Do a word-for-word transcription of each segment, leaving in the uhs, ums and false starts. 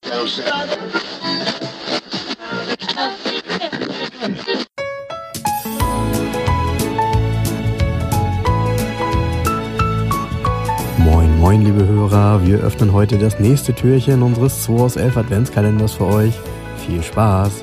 Moin, moin, liebe Hörer. Wir öffnen heute das nächste Türchen unseres zwei aus elf Adventskalenders für euch. Viel Spaß!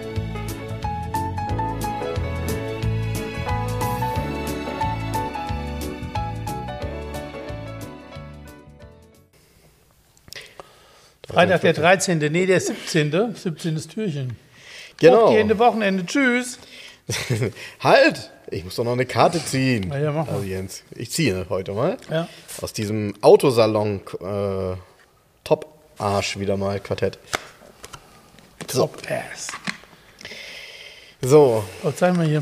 Freitag der dreizehnte Nee, der siebzehnte siebzehntes Türchen. Genau. Hochgehende Wochenende. Tschüss. Halt! Ich muss doch noch eine Karte ziehen. Na ja, mach mal. Also Jens, ich ziehe heute mal. Ja. Aus diesem Autosalon äh, Top-Arsch wieder mal Quartett. So. Top Ass. So. Was zeigen wir hier?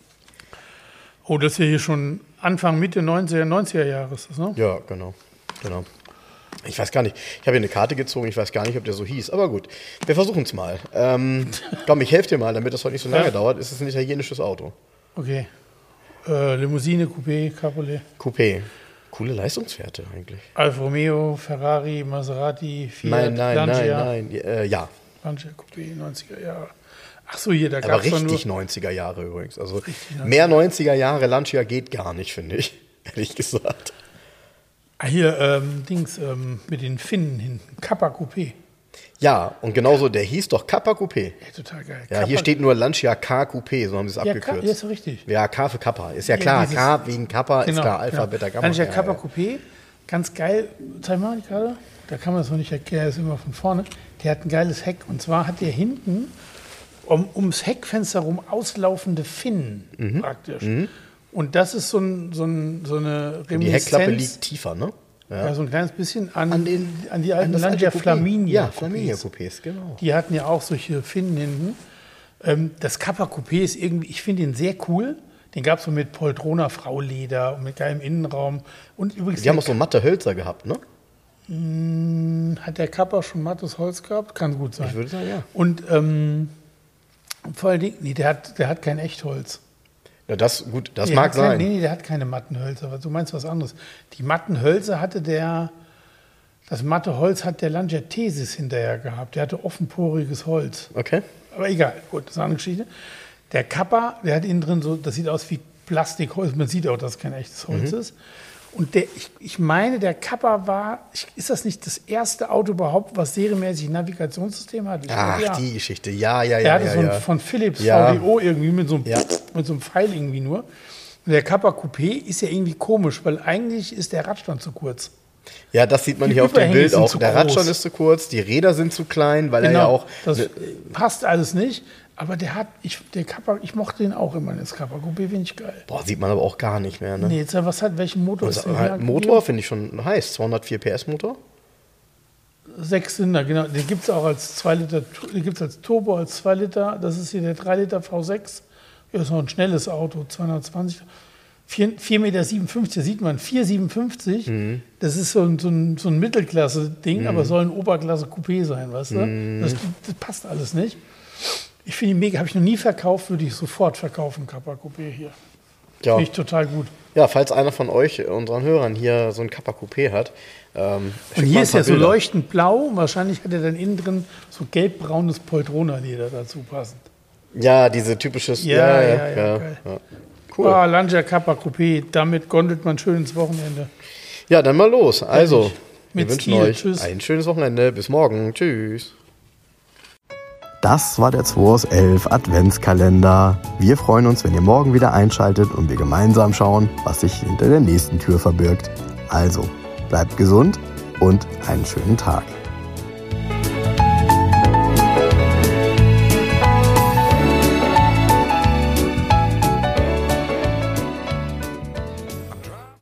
Oh, das ist ja hier schon Anfang, Mitte neunziger Jahre ist das, ne? Ja, genau. genau. Ich weiß gar nicht. Ich habe hier eine Karte gezogen. Ich weiß gar nicht, ob der so hieß. Aber gut, wir versuchen es mal. Ähm, komm, ich helfe dir mal, damit das heute nicht so lange Ja. dauert. Es ist ein italienisches Auto. Okay. Äh, Limousine, Coupé, Cabriolet. Coupé. Coole Leistungswerte eigentlich. Alfa Romeo, Ferrari, Maserati, Fiat, Nein, nein, Lancia. nein, nein. Äh, ja. Lancia Coupé, neunziger Jahre. Ach so, hier, da Aber gab es richtig nur... neunziger Jahre übrigens. Also neunziger. mehr neunziger Jahre Lancia geht gar nicht, finde ich. Ehrlich gesagt. Ah, hier, ähm, Dings, ähm, mit den Finnen hinten. Kappa Coupé. Ja, und genauso, der hieß doch Kappa Coupé. Ja, total geil. Ja, Kappa- hier steht nur Lancia K Coupé, so haben sie es Ja, abgekürzt. Ka- ja, ist so richtig. Ja, K für Kappa. Ist ja Ja, klar, dieses- K wegen Kappa ist klar, Alpha, genau. Beta, Gamma. Lancia ja, Kappa ja. Coupé, ganz geil. Zeig mal die Karte. Da kann man es noch nicht erkennen, der ist immer von vorne. Der hat ein geiles Heck. Und zwar hat der hinten um, ums Heckfenster rum auslaufende Finnen Mhm. praktisch. Und das ist so, ein, so, ein, so eine Reminiszenz. Die Heckklappe liegt tiefer, ne? Ja. so ein kleines bisschen an, An den- an die alten das Lancia alte Coupé. Flaminia. Ja, Flaminia-Coupés, genau. Die hatten ja auch solche Finnen hinten. Ähm, das Kappa Coupé ist irgendwie, ich finde ihn sehr cool. Den gab es so mit Poltrona Frauleder und mit geilem Innenraum. Und übrigens Die haben auch so matte Hölzer gehabt, ne? hat der Kappa schon mattes Holz gehabt? Kann gut sein. Ich würde sagen, ja. Und ähm, vor allen Dingen, nee, der hat, der hat kein Echtholz. Ja, das, gut, das Der mag hat kein, sein. Nee, nee, der hat keine matten Hölzer. Du meinst was anderes. Die matten Hölzer hatte der, das matte Holz hat der Lancia Thesis hinterher gehabt. Der hatte offenporiges Holz. Okay. Aber egal, gut, das ist eine andere Geschichte. Der Kappa, der hat innen drin so, das sieht aus wie Plastikholz. Man sieht auch, dass es kein echtes Holz Mhm. ist. Und der, ich, ich meine, der Kappa war, ich, ist das nicht das erste Auto überhaupt, was serienmäßig ein Navigationssystem hat? Ich Ach, glaube, ja. die Geschichte. Ja, ja, Er ja. hatte ja, so ein ja. von Philips Ja. V D O irgendwie mit so, einem, Ja. mit so einem Pfeil irgendwie nur. Und der Kappa Coupé ist ja irgendwie komisch, weil eigentlich ist der Radstand zu kurz. Ja, das sieht man Die hier auf dem Überhänge Bild sind auch. zu Der groß. Radstand ist zu kurz, die Räder sind zu klein, weil er ja auch. das ne, passt alles nicht. Aber der hat, ich, der Kappa, ich mochte den auch immer, das Kappa Coupé finde ich geil. boah, sieht man aber auch gar nicht mehr, ne? Nee, jetzt, was hat, welchen Motor ist Also, der? halt, Motor finde ich schon heiß. zweihundertvier P S Motor. Sechs Zylinder, genau. Den gibt es auch als zwei Liter, den gibt es als Turbo, als zwei Liter. Das ist hier der drei Liter V sechs. Ja, ist noch ein schnelles Auto, zweihundertzwanzig. vier Meter siebenundfünfzig, da sieht man, vier Meter siebenundfünfzig. Mhm. Das ist so ein, so ein, so ein Mittelklasse-Ding, aber soll ein Oberklasse-Coupé sein, weißt du? Mhm. Das, das passt alles nicht. Ich finde ihn mega, habe ich noch nie verkauft, würde ich sofort verkaufen, Kappa Coupé hier. Ja. Finde ich total gut. Ja, falls einer von euch, unseren Hörern, hier so ein Kappa Coupé hat. Ähm, Und schickt hier mal ein ist ja paar so Bilder. leuchtend blau. Wahrscheinlich hat er dann innen drin so gelbbraunes Poltrona-Leder dazu passend. Ja, diese typisches. Ja, ja, ja, geil. ja. Cool. Ah, Lancia Kappa Coupé, damit gondelt man schön ins Wochenende. Ja, dann mal los. Also, Fertig. wir Mit wünschen Stil. euch Tschüss. ein schönes Wochenende. Bis morgen. Tschüss. Das war der zwei aus elf Adventskalender. Wir freuen uns, wenn ihr morgen wieder einschaltet und wir gemeinsam schauen, was sich hinter der nächsten Tür verbirgt. Also, bleibt gesund und einen schönen Tag.